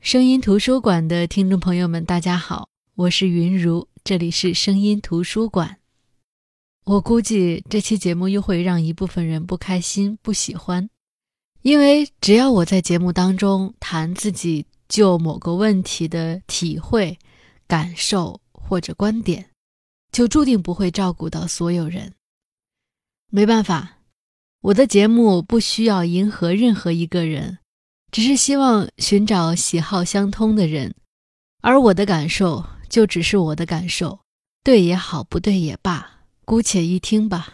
声音图书馆的听众朋友们，大家好，我是云如，这里是声音图书馆。我估计这期节目又会让一部分人不开心、不喜欢，因为只要我在节目当中谈自己就某个问题的体会、感受或者观点，就注定不会照顾到所有人。没办法，我的节目不需要迎合任何一个人，只是希望寻找喜好相通的人，而我的感受就只是我的感受，对也好，不对也罢，姑且一听吧。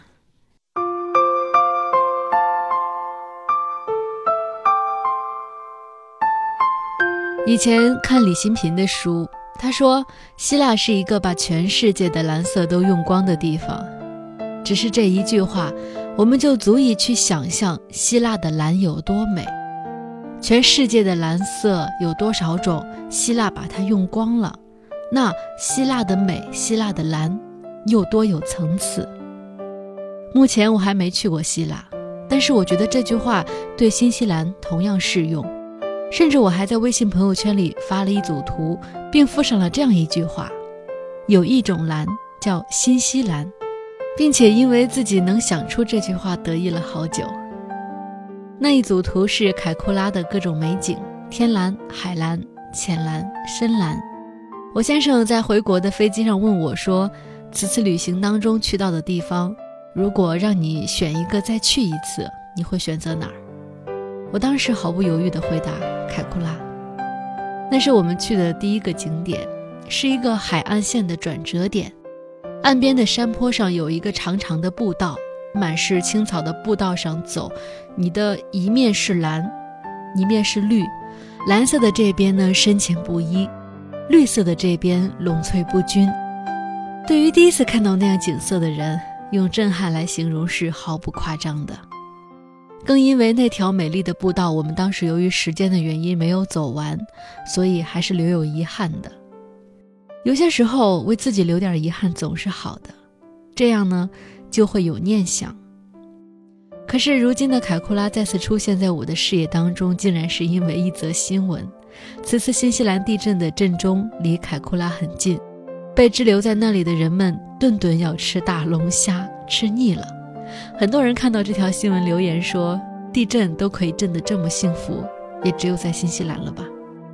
以前看李新平的书，他说希腊是一个把全世界的蓝色都用光的地方，只是这一句话，我们就足以去想象希腊的蓝有多美。全世界的蓝色有多少种，希腊把它用光了，那希腊的美，希腊的蓝又多有层次。目前我还没去过希腊，但是我觉得这句话对新西兰同样适用，甚至我还在微信朋友圈里发了一组图，并附上了这样一句话：有一种蓝叫新西兰，并且因为自己能想出这句话得意了好久。那一组图是凯库拉的各种美景，天蓝、海蓝、浅蓝、深蓝。我先生在回国的飞机上问我说，此次旅行当中去到的地方，如果让你选一个再去一次，你会选择哪儿？我当时毫不犹豫地回答凯库拉。那是我们去的第一个景点，是一个海岸线的转折点，岸边的山坡上有一个长长的步道，满是青草的步道上走，你的一面是蓝，一面是绿，蓝色的这边呢深浅不一，绿色的这边浓翠不均。对于第一次看到那样景色的人，用震撼来形容是毫不夸张的。更因为那条美丽的步道，我们当时由于时间的原因没有走完，所以还是留有遗憾的。有些时候为自己留点遗憾总是好的，这样呢就会有念想。可是如今的凯库拉再次出现在我的视野当中，竟然是因为一则新闻。此次新西兰地震的震中离凯库拉很近，被滞留在那里的人们顿顿要吃大龙虾，吃腻了。很多人看到这条新闻留言说，地震都可以震得这么幸福，也只有在新西兰了吧。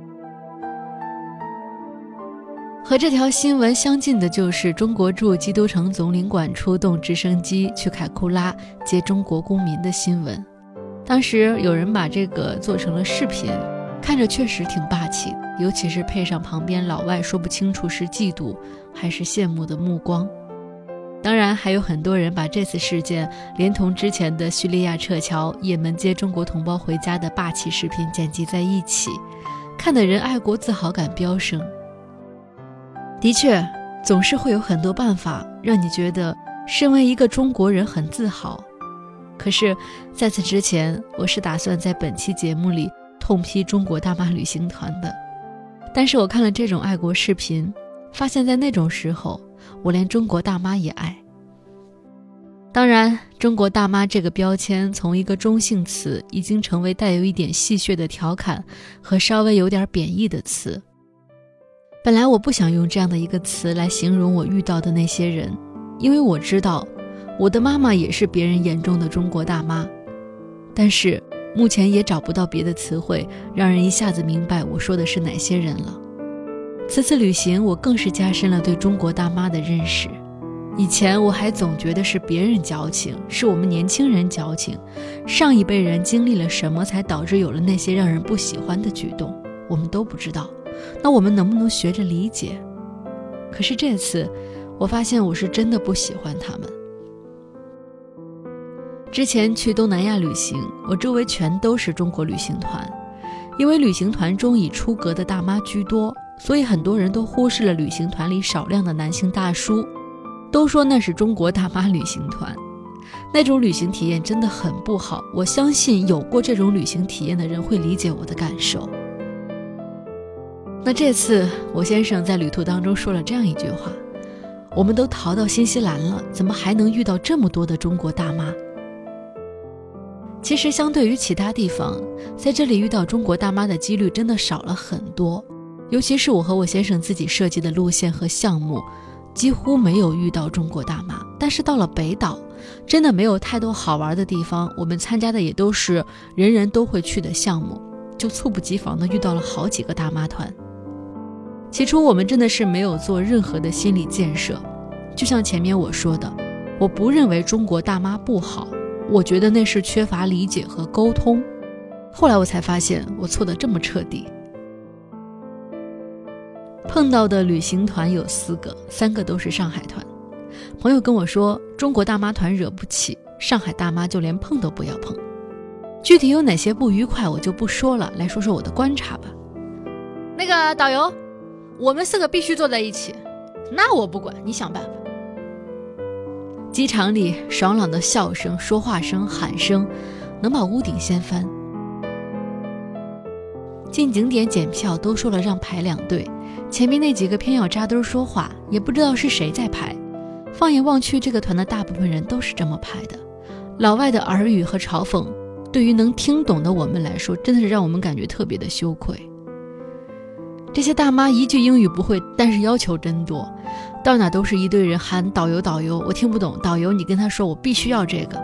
和这条新闻相近的就是中国驻基督城总领馆出动直升机去凯库拉接中国公民的新闻。当时有人把这个做成了视频，看着确实挺霸气，尤其是配上旁边老外说不清楚是嫉妒还是羡慕的目光。当然还有很多人把这次事件连同之前的叙利亚撤侨、也门接中国同胞回家的霸气视频剪辑在一起，看得人爱国自豪感飙升。的确，总是会有很多办法让你觉得身为一个中国人很自豪。可是在此之前，我是打算在本期节目里痛批中国大妈旅行团的。但是我看了这种爱国视频，发现在那种时候，我连中国大妈也爱。当然，中国大妈这个标签从一个中性词已经成为带有一点戏谑的调侃和稍微有点贬义的词。本来我不想用这样的一个词来形容我遇到的那些人，因为我知道我的妈妈也是别人眼中的中国大妈，但是目前也找不到别的词汇让人一下子明白我说的是哪些人了。此次旅行我更是加深了对中国大妈的认识。以前我还总觉得是别人矫情，是我们年轻人矫情，上一辈人经历了什么才导致有了那些让人不喜欢的举动，我们都不知道。那我们能不能学着理解？可是这次我发现我是真的不喜欢他们。之前去东南亚旅行，我周围全都是中国旅行团，因为旅行团中以出格的大妈居多，所以很多人都忽视了旅行团里少量的男性大叔，都说那是中国大妈旅行团。那种旅行体验真的很不好，我相信有过这种旅行体验的人会理解我的感受。那这次我先生在旅途当中说了这样一句话：我们都逃到新西兰了，怎么还能遇到这么多的中国大妈？ 其实相对于其他地方，在这里遇到中国大妈的几率真的少了很多，尤其是我和我先生自己设计的路线和项目，几乎没有遇到中国大妈。但是到了北岛，真的没有太多好玩的地方，我们参加的也都是人人都会去的项目，就猝不及防的遇到了好几个大妈团。起初我们真的是没有做任何的心理建设，就像前面我说的，我不认为中国大妈不好，我觉得那是缺乏理解和沟通。后来我才发现我错得这么彻底。碰到的旅行团有4个，3个都是上海团。朋友跟我说，中国大妈团惹不起，上海大妈就连碰都不要碰。具体有哪些不愉快我就不说了，来说说我的观察吧。那个导游，我们4个必须坐在一起。那我不管，你想办法。机场里爽朗的笑声、说话声、喊声，能把屋顶掀翻。进景点检票都说了让排2队，前面那几个偏要扎堆说话，也不知道是谁在排。放眼望去，这个团的大部分人都是这么排的。老外的耳语和嘲讽，对于能听懂的我们来说，真的是让我们感觉特别的羞愧。这些大妈一句英语不会，但是要求真多，到哪都是一堆人喊导游导游，我听不懂，导游你跟他说我必须要这个。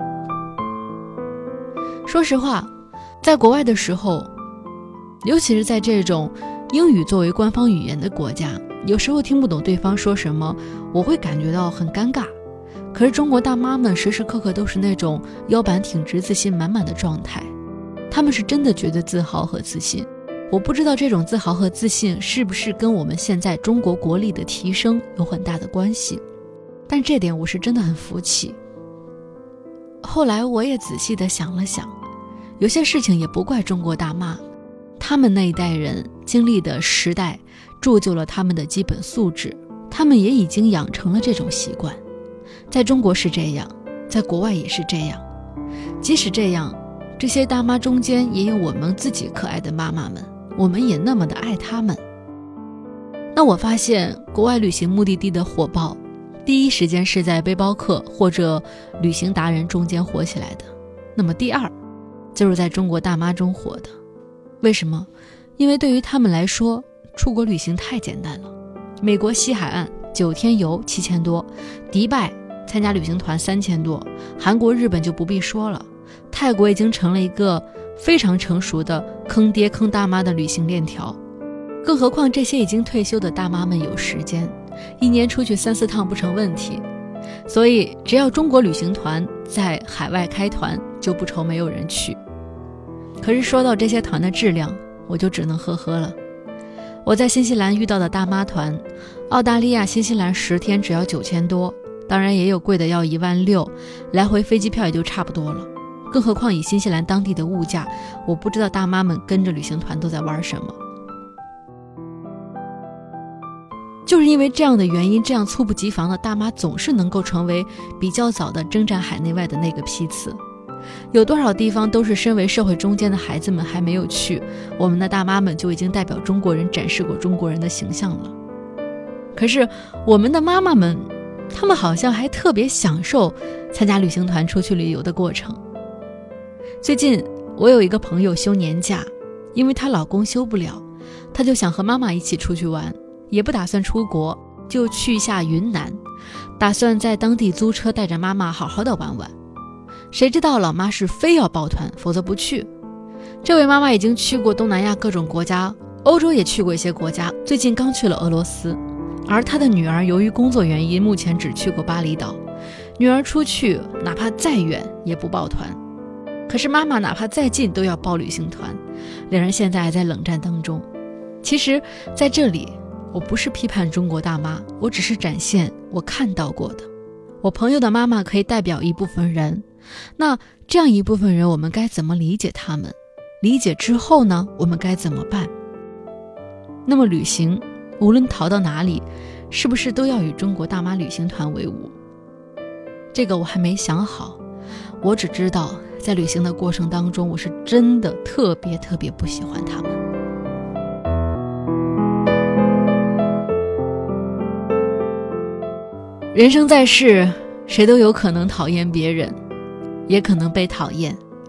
说实话，在国外的时候，尤其是在这种英语作为官方语言的国家，有时候听不懂对方说什么，我会感觉到很尴尬。可是中国大妈们时时刻刻都是那种腰板挺直、自信满满的状态，她们是真的觉得自豪和自信。我不知道这种自豪和自信是不是跟我们现在中国国力的提升有很大的关系，但这点我是真的很服气。后来我也仔细地想了想，有些事情也不怪中国大妈，他们那一代人经历的时代铸就了他们的基本素质，他们也已经养成了这种习惯。在中国是这样，在国外也是这样。即使这样，这些大妈中间也有我们自己可爱的妈妈们，我们也那么的爱她们。那我发现国外旅行目的地的火爆，第一时间是在背包客或者旅行达人中间火起来的，那么第2就是在中国大妈中火的。为什么？因为对于他们来说，出国旅行太简单了。美国西海岸9天游7000多，迪拜参加旅行团3000多，韩国日本就不必说了，泰国已经成了一个非常成熟的坑爹坑大妈的旅行链条。更何况这些已经退休的大妈们有时间，一年出去3-4趟不成问题。所以只要中国旅行团在海外开团，就不愁没有人去。可是说到这些团的质量，我就只能呵呵了。我在新西兰遇到的大妈团，澳大利亚、新西兰10天只要9000多，当然也有贵的要16000，来回飞机票也就差不多了。更何况以新西兰当地的物价，我不知道大妈们跟着旅行团都在玩什么。就是因为这样的原因，这样猝不及防的大妈总是能够成为比较早的征战海内外的那个批次。有多少地方都是身为社会中间的孩子们还没有去，我们的大妈们就已经代表中国人展示过中国人的形象了。可是我们的妈妈们，她们好像还特别享受参加旅行团出去旅游的过程。最近我有一个朋友休年假，因为她老公休不了，她就想和妈妈一起出去玩，也不打算出国，就去一下云南，打算在当地租车带着妈妈好好的玩玩。谁知道老妈是非要抱团，否则不去。这位妈妈已经去过东南亚各种国家，欧洲也去过一些国家，最近刚去了俄罗斯。而她的女儿由于工作原因，目前只去过巴厘岛。女儿出去哪怕再远也不抱团，可是妈妈哪怕再近都要报旅行团，两人现在还在冷战当中。其实在这里我不是批判中国大妈，我只是展现我看到过的。我朋友的妈妈可以代表一部分人，那这样一部分人我们该怎么理解他们？理解之后呢，我们该怎么办？那么旅行无论逃到哪里，是不是都要与中国大妈旅行团为伍？这个我还没想好，我只知道在旅行的过程当中，我是真的特别不喜欢他们。人生在世，谁都有可能讨厌别人，也可能被讨厌，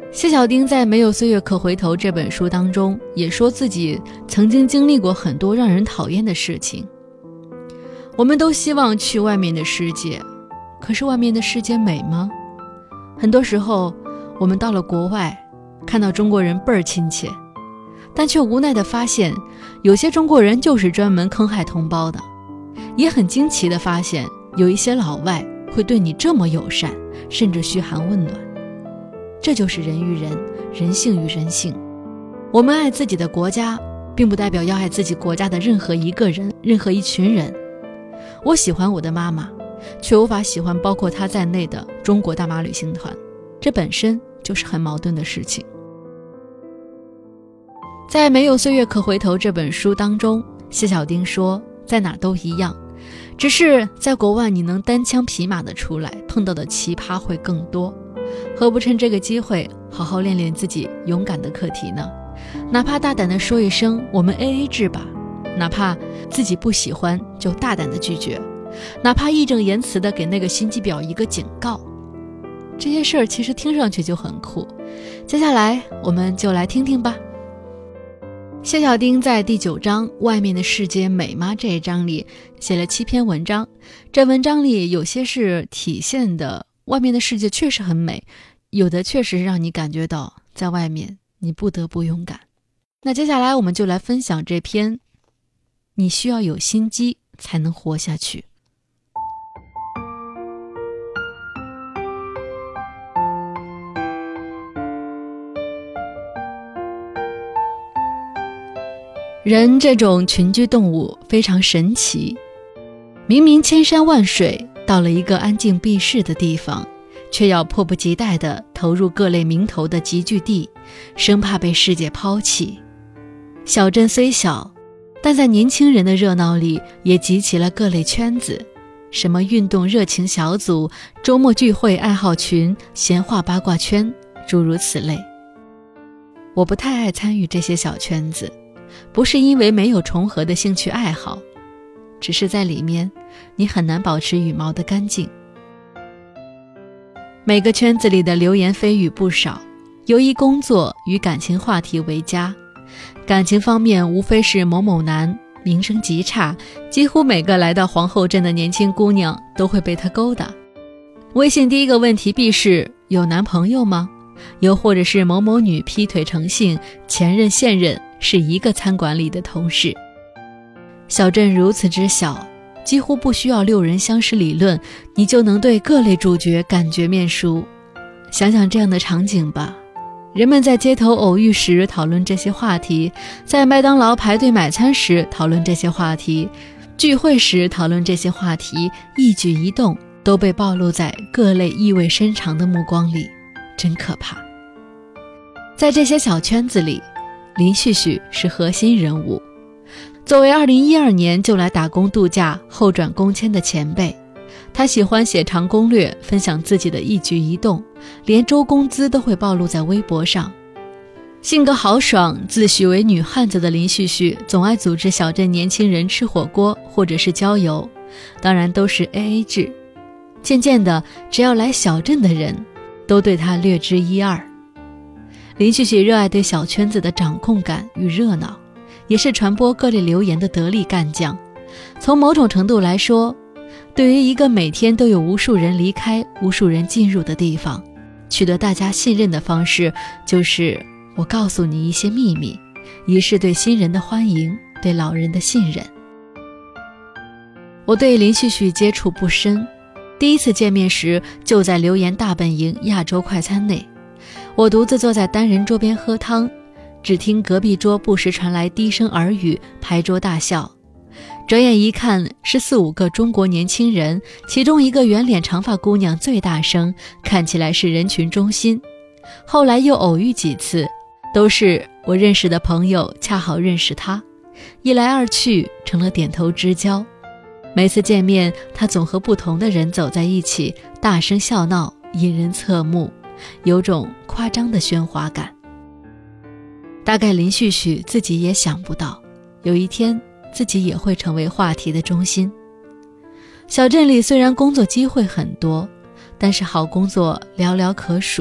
谢小丁在《没有岁月可回头》这本书当中也说自己曾经经历过很多让人讨厌的事情。我们都希望去外面的世界，可是外面的世界美吗？很多时候我们到了国外，看到中国人倍儿亲切，但却无奈地发现有些中国人就是专门坑害同胞的，也很惊奇地发现有一些老外会对你这么友善，甚至嘘寒问暖。这就是人与人，人性与人性。我们爱自己的国家，并不代表要爱自己国家的任何一个人，任何一群人。我喜欢我的妈妈，却无法喜欢包括她在内的中国大妈旅行团，这本身就是很矛盾的事情。在《没有岁月可回头》这本书当中，谢小丁说，在哪都一样，只是在国外你能单枪匹马的出来，碰到的奇葩会更多。何不趁这个机会好好练练自己勇敢的课题呢？哪怕大胆地说一声我们 AA 制吧，哪怕自己不喜欢就大胆地拒绝，哪怕义正言辞地给那个心机婊一个警告，这些事儿其实听上去就很酷。接下来我们就来听听吧。谢小丁在第9章外面的世界美吗这一章里写了7篇文章，这文章里有些是体现的外面的世界确实很美，有的确实让你感觉到在外面你不得不勇敢。那接下来我们就来分享这篇你需要有心机才能活下去。人这种群居动物非常神奇，明明千山万水，到了一个安静避世的地方，却要迫不及待地投入各类名头的集聚地，生怕被世界抛弃。小镇虽小，但在年轻人的热闹里也集齐了各类圈子，什么运动热情小组、周末聚会爱好群、闲话八卦圈，诸如此类。我不太爱参与这些小圈子，不是因为没有重合的兴趣爱好，只是在里面你很难保持羽毛的干净。每个圈子里的流言蜚语不少，由以工作与感情话题为佳。感情方面无非是某某男名声极差，几乎每个来到皇后镇的年轻姑娘都会被他勾搭。微信第一个问题必是有男朋友吗？又或者是某某女劈腿成性，前任现任是一个餐馆里的同事。小镇如此之小，几乎不需要6人相识理论，你就能对各类主角感觉面熟。想想这样的场景吧，人们在街头偶遇时讨论这些话题，在麦当劳排队买餐时讨论这些话题，聚会时讨论这些话题，一举一动都被暴露在各类意味深长的目光里，真可怕。在这些小圈子里，林旭旭是核心人物。作为2012年就来打工度假后转工签的前辈，他喜欢写长攻略，分享自己的一举一动，连周工资都会暴露在微博上。性格豪爽，自诩为女汉子的林旭旭总爱组织小镇年轻人吃火锅或者是郊游，当然都是 AA 制。渐渐的，只要来小镇的人都对他略知一二。林旭旭热爱对小圈子的掌控感与热闹，也是传播各类流言的得力干将。从某种程度来说，对于一个每天都有无数人离开、无数人进入的地方，取得大家信任的方式就是我告诉你一些秘密，以示对新人的欢迎，对老人的信任。我对林旭旭接触不深，第一次见面时就在流言大本营亚洲快餐内，我独自坐在单人桌边喝汤，只听隔壁桌不时传来低声耳语，拍桌大笑。转眼一看是4、5个中国年轻人，其中一个圆脸长发姑娘最大声，看起来是人群中心。后来又偶遇几次，都是我认识的朋友恰好认识他，一来二去成了点头之交。每次见面，他总和不同的人走在一起，大声笑闹，引人侧目，有种夸张的喧哗感。大概林旭旭自己也想不到，有一天自己也会成为话题的中心。小镇里虽然工作机会很多，但是好工作寥寥可数，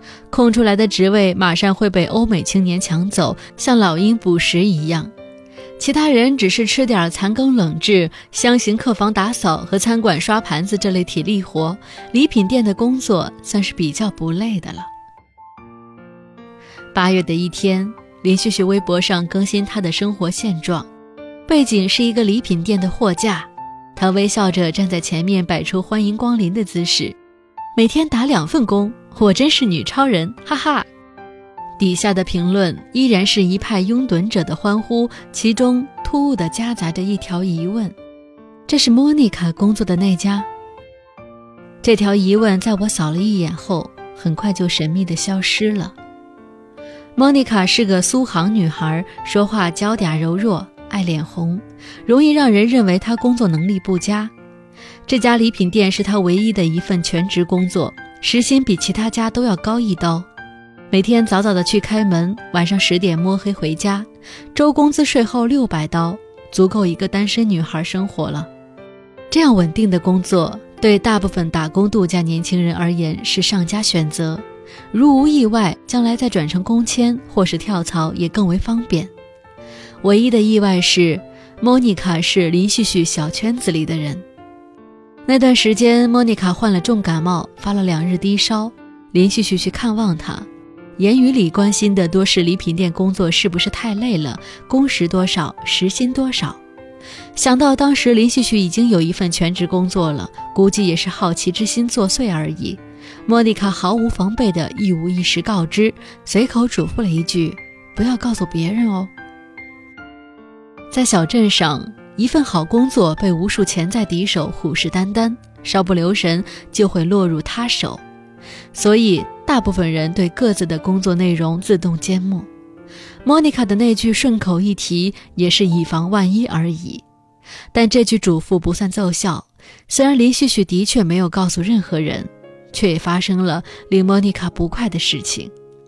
空出来的职位马上会被欧美青年抢走，像老鹰捕食一样。其他人只是吃点残羹冷炙，箱型客房打扫和餐馆刷盘子这类体力活，礼品店的工作算是比较不累的了。8月的一天，林旭旭微博上更新他的生活现状，背景是一个礼品店的货架，他微笑着站在前面，摆出欢迎光临的姿势。每天打2份工，我真是女超人，哈哈。底下的评论依然是一派拥趸者的欢呼，其中突兀地夹杂着一条疑问：这是莫妮卡工作的那家？这条疑问在我扫了一眼后，很快就神秘地消失了。莫妮卡是个苏杭女孩，说话娇嗲柔弱，爱脸红，容易让人认为她工作能力不佳。这家礼品店是她唯一的一份全职工作，时薪比其他家都要高1刀。每天早早的去开门，晚上10点摸黑回家，周工资税后600刀，足够一个单身女孩生活了。这样稳定的工作，对大部分打工度假年轻人而言是上佳选择，如无意外，将来再转成工签或是跳槽也更为方便。唯一的意外是，莫妮卡是林旭旭小圈子里的人。那段时间，莫妮卡患了重感冒，发了2日低烧，林旭旭去看望她，言语里关心的多是礼品店工作是不是太累了，工时多少，时薪多少。想到当时林旭旭已经有一份全职工作了，估计也是好奇之心作祟而已。莫妮卡毫无防备地一五一十告知，随口嘱咐了一句：不要告诉别人哦。在小镇上，一份好工作被无数潜在敌手虎视眈眈，稍不留神就会落入他手，所以大部分人对各自的工作内容自动缄默。莫妮卡的那句顺口一提，也是以防万一而已。但这句嘱咐不算奏效，虽然林旭旭的确没有告诉任何人，却也发生了令莫妮卡不快的事情。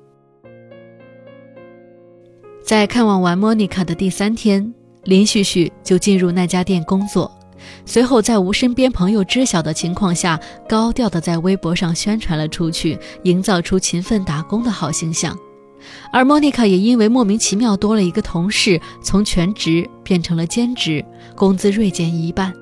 在看望完莫妮卡的第3天，林旭旭就进入那家店工作，随后在无身边朋友知晓的情况下，高调地在微博上宣传了出去，营造出勤奋打工的好形象。而莫妮卡也因为莫名其妙多了一个同事，从全职变成了兼职，工资锐减1半。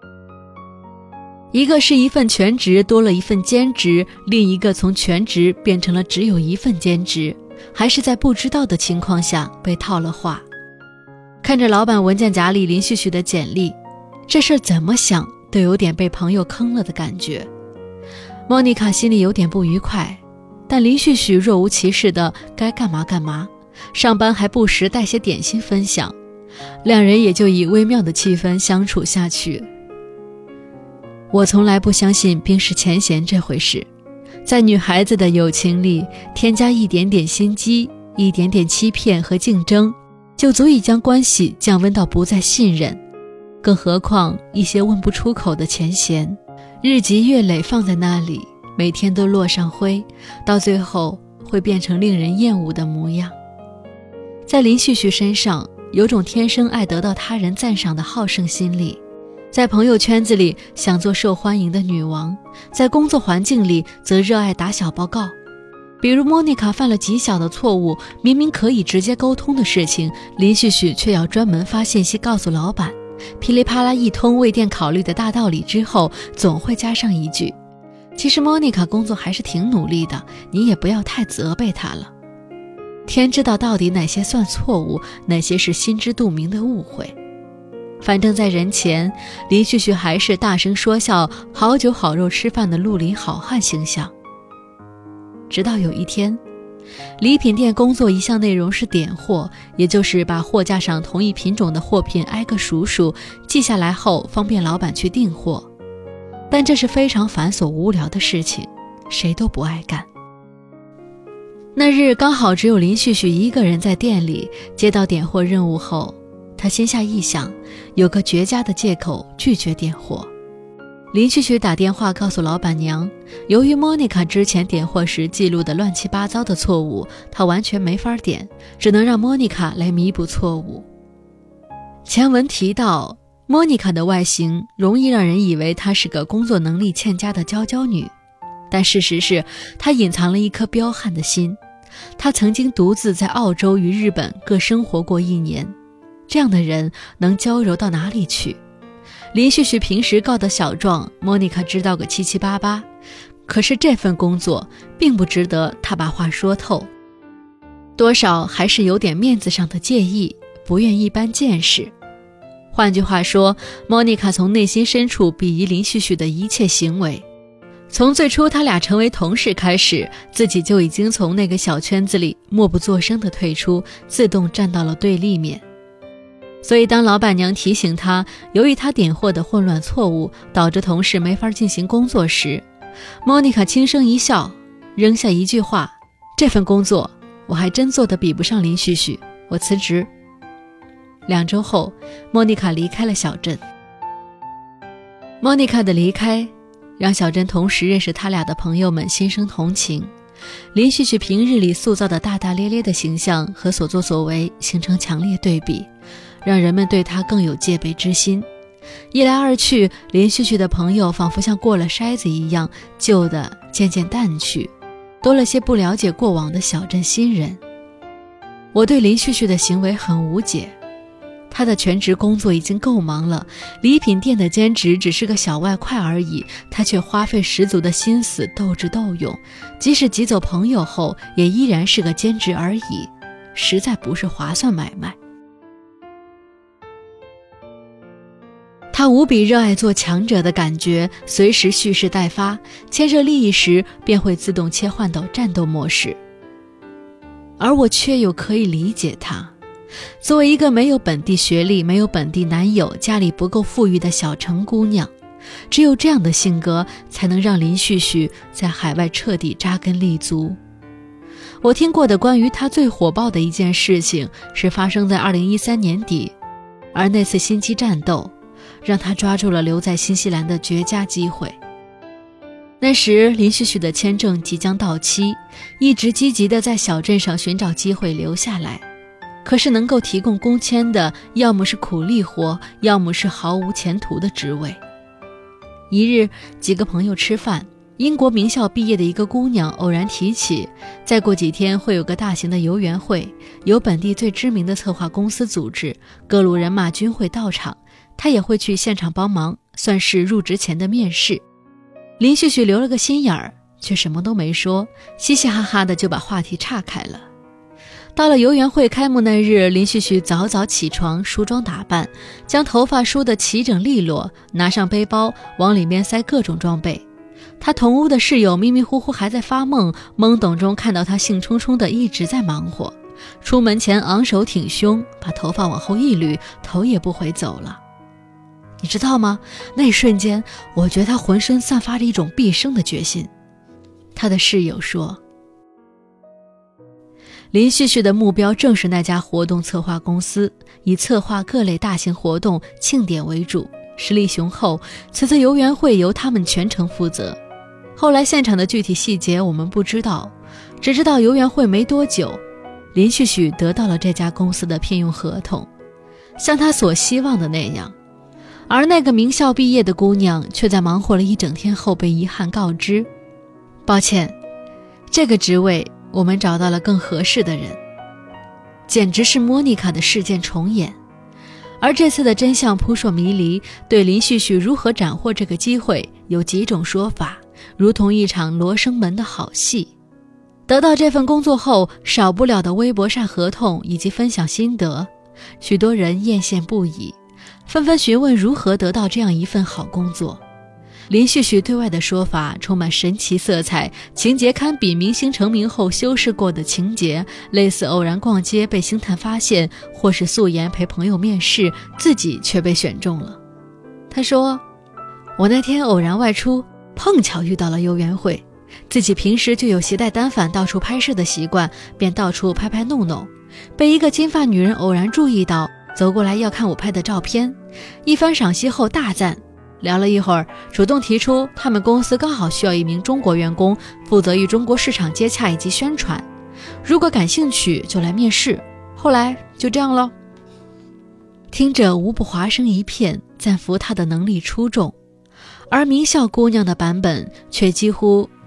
一个是一份全职多了一份兼职，另一个从全职变成了只有一份兼职，还是在不知道的情况下被套了话。看着老板文件夹里林旭旭的简历，这事儿怎么想都有点被朋友坑了的感觉。莫妮卡心里有点不愉快，但林旭旭若无其事的该干嘛干嘛，上班还不时带些点心分享，两人也就以微妙的气氛相处下去。我从来不相信冰释前嫌这回事，在女孩子的友情里添加一点点心机，一点点欺骗和竞争，就足以将关系降温到不再信任。更何况一些问不出口的前嫌，日积月累放在那里，每天都落上灰，到最后会变成令人厌恶的模样。在林旭旭身上有种天生爱得到他人赞赏的好胜心理，在朋友圈子里想做受欢迎的女王，在工作环境里则热爱打小报告。比如莫妮卡犯了极小的错误，明明可以直接沟通的事情，林旭旭却要专门发信息告诉老板，噼里啪啦一通为店考虑的大道理之后，总会加上一句：其实莫妮卡工作还是挺努力的，你也不要太责备她了。天知道到底哪些算错误，哪些是心知肚明的误会。反正在人前，林旭旭还是大声说笑，好酒好肉吃饭的绿林好汉形象。直到有一天，礼品店工作一项内容是点货，也就是把货架上同一品种的货品挨个数数，记下来后方便老板去订货。但这是非常繁琐无聊的事情，谁都不爱干。那日刚好只有林旭旭一个人在店里，接到点货任务后，他心下一想，有个绝佳的借口拒绝点货。林旭旭打电话告诉老板娘，由于莫妮卡之前点货时记录的乱七八糟的错误，他完全没法点，只能让莫妮卡来弥补错误。前文提到，莫妮卡的外形容易让人以为她是个工作能力欠佳的娇娇女， 但事实是他隐藏了一颗彪悍的心。他曾经独自在澳洲与日本各生活过1年，这样的人能娇柔到哪里去？林旭旭平时告的小状，莫妮卡知道个七七八八，可是这份工作并不值得他把话说透，多少还是有点面子上的介意，不愿一般见识。换句话说，莫妮卡从内心深处鄙夷林旭旭的一切行为。从最初他俩成为同事开始，自己就已经从那个小圈子里默不作声地退出，自动站到了对立面。所以当老板娘提醒他，由于他点货的混乱错误导致同事没法进行工作时，莫妮卡轻声一笑，扔下一句话：这份工作我还真做得比不上林旭旭，我辞职。2周后，莫妮卡离开了小镇。莫妮卡的离开让小镇同时认识他俩的朋友们心生同情。林旭旭平日里塑造的大大咧咧的形象和所作所为形成强烈对比，让人们对他更有戒备之心。一来二去，林旭旭的朋友仿佛像过了筛子一样，旧的渐渐淡去，多了些不了解过往的小镇新人。我对林旭旭的行为很无解，他的全职工作已经够忙了，礼品店的兼职只是个小外快而已，他却花费十足的心思斗智斗勇，即使挤走朋友后也依然是个兼职而已，实在不是划算买卖。他无比热爱做强者的感觉，随时蓄势待发，牵涉利益时便会自动切换到战斗模式。而我却又可以理解他。作为一个没有本地学历、没有本地男友、家里不够富裕的小城姑娘，只有这样的性格才能让林旭旭在海外彻底扎根立足。我听过的关于他最火爆的一件事情是发生在2013年底，而那次心机战斗让他抓住了留在新西兰的绝佳机会。那时林旭旭的签证即将到期，一直积极地在小镇上寻找机会留下来，可是能够提供工签的要么是苦力活，要么是毫无前途的职位。一日几个朋友吃饭，英国名校毕业的一个姑娘偶然提起，再过几天会有个大型的游园会，由本地最知名的策划公司组织，各路人马均会到场，她也会去现场帮忙，算是入职前的面试。林旭旭留了个心眼儿，却什么都没说，嘻嘻哈哈的就把话题岔开了。到了游园会开幕那日，林旭旭早早起床，梳妆打扮，将头发梳得齐整利落，拿上背包，往里面塞各种装备。他同屋的室友迷迷糊糊还在发梦，懵懂中看到他兴冲冲的一直在忙活。出门前昂首挺胸，把头发往后一捋，头也不回走了。你知道吗？那一瞬间，我觉得他浑身散发着一种毕生的决心。他的室友说，林旭旭的目标正是那家活动策划公司，以策划各类大型活动、庆典为主，实力雄厚，此次游园会由他们全程负责。后来现场的具体细节我们不知道，只知道游园会没多久，林旭旭得到了这家公司的聘用合同，像他所希望的那样。而那个名校毕业的姑娘却在忙活了一整天后被遗憾告知，抱歉，这个职位我们找到了更合适的人。简直是莫妮卡的事件重演。而这次的真相扑朔迷离，对林旭旭如何斩获这个机会有几种说法，如同一场罗生门的好戏。得到这份工作后，少不了的微博晒合同以及分享心得，许多人艳羡不已，纷纷询问如何得到这样一份好工作。林旭旭对外的说法充满神奇色彩，情节堪比明星成名后修饰过的情节，类似偶然逛街被星探发现，或是素颜陪朋友面试，自己却被选中了。他说，我那天偶然外出，碰巧遇到了游园会，自己平时就有携带单反到处拍摄的习惯，便到处拍拍弄弄，被一个金发女人偶然注意到，走过来要看我拍的照片，一番赏析后大赞，聊了一会儿，主动提出他们公司刚好需要一名中国员工，负责与中国市场接洽以及宣传，如果感兴趣就来面试。后来就这样了。听着无不华声一片，赞服他的能力出众。而名校姑娘的版本却几乎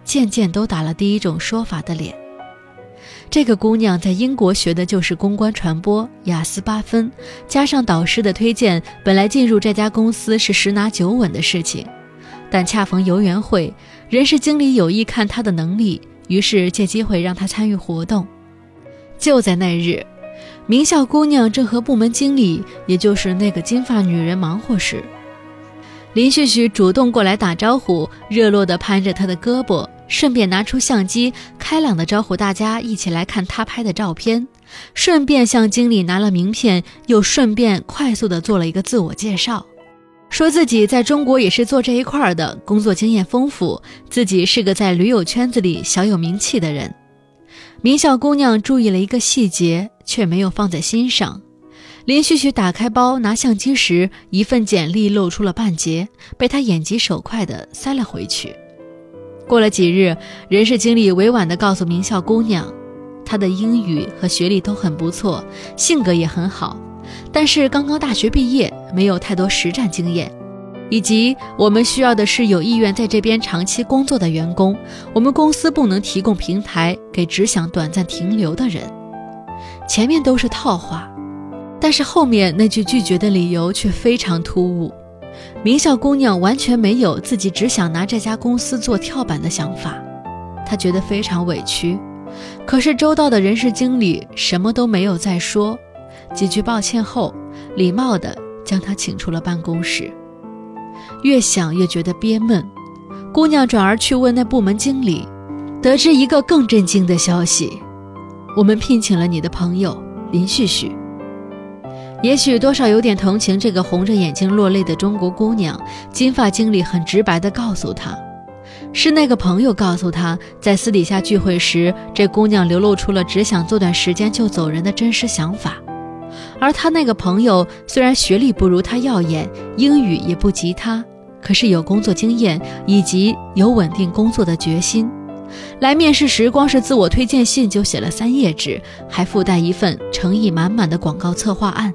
渐渐都打了第一种说法的脸。这个姑娘在英国学的就是公关传播，雅思8分，加上导师的推荐，本来进入这家公司是10拿9稳的事情。但恰逢游园会，人事经理有意看她的能力，于是借机会让她参与活动。就在那日，名校姑娘正和部门经理，也就是那个金发女人忙活时，林旭旭主动过来打招呼，热络地攀着她的胳膊，顺便拿出相机，开朗地招呼大家一起来看他拍的照片，顺便向经理拿了名片，又顺便快速地做了一个自我介绍，说自己在中国也是做这一块的，工作经验丰富，自己是个在驴友圈子里小有名气的人。名校姑娘注意了一个细节，却没有放在心上。林旭旭打开包拿相机时，一份简历露出了半截，被他眼疾手快地塞了回去。过了几日，人事经理委婉地告诉名校姑娘，她的英语和学历都很不错，性格也很好，但是刚刚大学毕业，没有太多实战经验，以及我们需要的是有意愿在这边长期工作的员工，我们公司不能提供平台给只想短暂停留的人。前面都是套话，但是后面那句拒绝的理由却非常突兀。名校姑娘完全没有自己只想拿这家公司做跳板的想法，她觉得非常委屈。可是周到的人事经理什么都没有再说，几句抱歉后，礼貌地将她请出了办公室。越想越觉得憋闷，姑娘转而去问那部门经理，得知一个更震惊的消息：我们聘请了你的朋友林旭旭。也许多少有点同情这个红着眼睛落泪的中国姑娘，金发经理很直白地告诉她，是那个朋友告诉她，在私底下聚会时，这姑娘流露出了只想做段时间就走人的真实想法。而她那个朋友虽然学历不如她耀眼，英语也不及她，可是有工作经验以及有稳定工作的决心。来面试时，光是自我推荐信就写了3页纸，还附带一份诚意满满的广告策划案。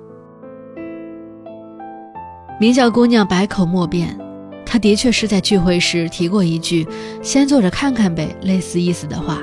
名校姑娘百口莫辩，她的确是在聚会时提过一句先坐着看看呗，类似意思的话，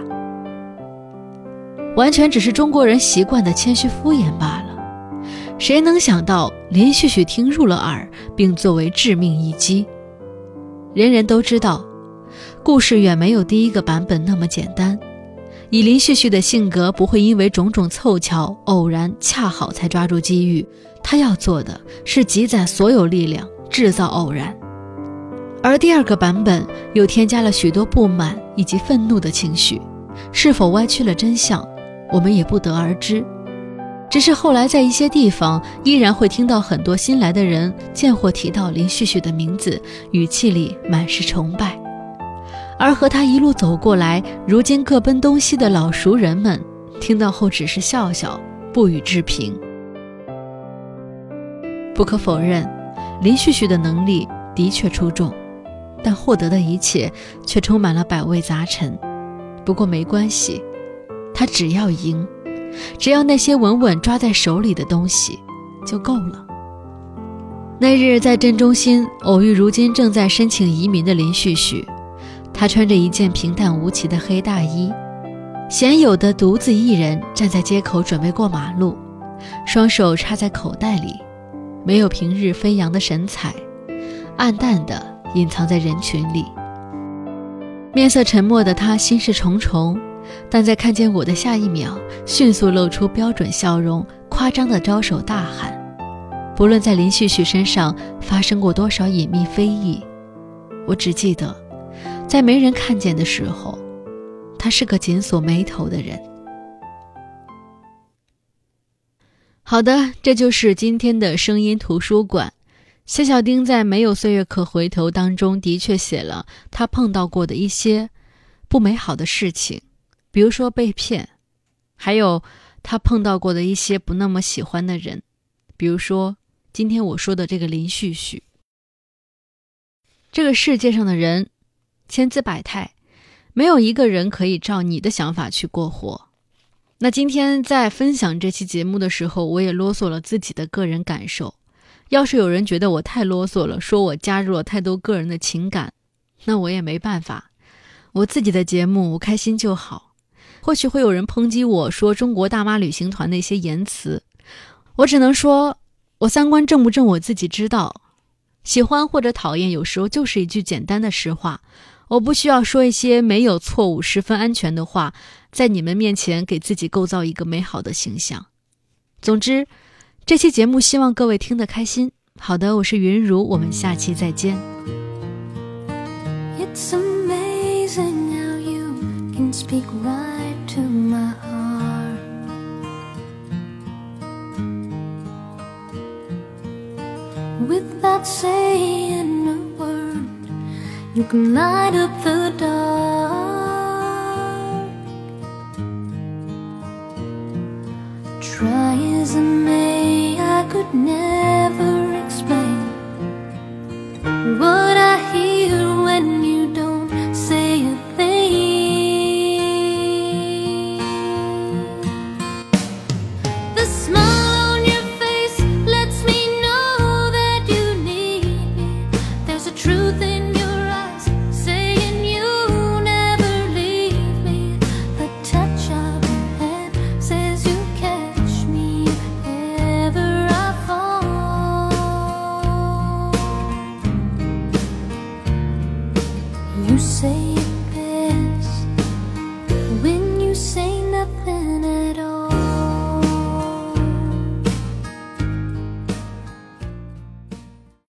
完全只是中国人习惯的谦虚敷衍罢了。谁能想到林旭旭听入了耳，并作为致命一击。人人都知道，故事远没有第一个版本那么简单。以林旭旭的性格，不会因为种种凑巧、偶然、恰好才抓住机遇，他要做的是积攒所有力量，制造偶然。而第二个版本又添加了许多不满以及愤怒的情绪，是否歪曲了真相，我们也不得而知。只是后来在一些地方，依然会听到很多新来的人见或提到林旭旭的名字，语气里满是崇拜。而和他一路走过来，如今各奔东西的老熟人们，听到后只是笑笑，不予置评。不可否认，林旭旭的能力的确出众，但获得的一切却充满了百味杂陈。不过没关系，他只要赢，只要那些稳稳抓在手里的东西就够了。那日在镇中心偶遇如今正在申请移民的林旭旭，他穿着一件平淡无奇的黑大衣，鲜有的独自一人站在街口准备过马路，双手插在口袋里，没有平日飞扬的神采，暗淡的隐藏在人群里。面色沉默的他心事重重，但在看见我的下一秒，迅速露出标准笑容，夸张的招手大喊。不论在林旭旭身上发生过多少隐秘非议，我只记得在没人看见的时候，他是个紧锁眉头的人。好的，这就是今天的声音图书馆。谢小丁在《没有岁月可回头》当中的确写了他碰到过的一些不美好的事情，比如说被骗，还有他碰到过的一些不那么喜欢的人，比如说今天我说的这个林旭旭。这个世界上的人千姿百态，没有一个人可以照你的想法去过活。那今天在分享这期节目的时候，我也啰嗦了自己的个人感受。要是有人觉得我太啰嗦了，说我加入了太多个人的情感，那我也没办法。 我自己的节目，我开心就好。或许会有人抨击我说中国大妈旅行团的一些言辞，我只能说，我三观正不正我自己知道。喜欢或者讨厌，有时候就是一句简单的实话。我不需要说一些没有错误、十分安全的话，在你们面前给自己构造一个美好的形象。总之，这期节目希望各位听得开心。好的，我是云如，我们下期再见。 It's amazing how you can speak right to my heart. Without saying a word, you can light up the dark. Try as I may, I could never explain what I hear when you don't say a thing. The smile on your face lets me know that you need me. There's a truth in your eyes saying you never leave me. The touch of your hand says you catch me if ever I fall. You say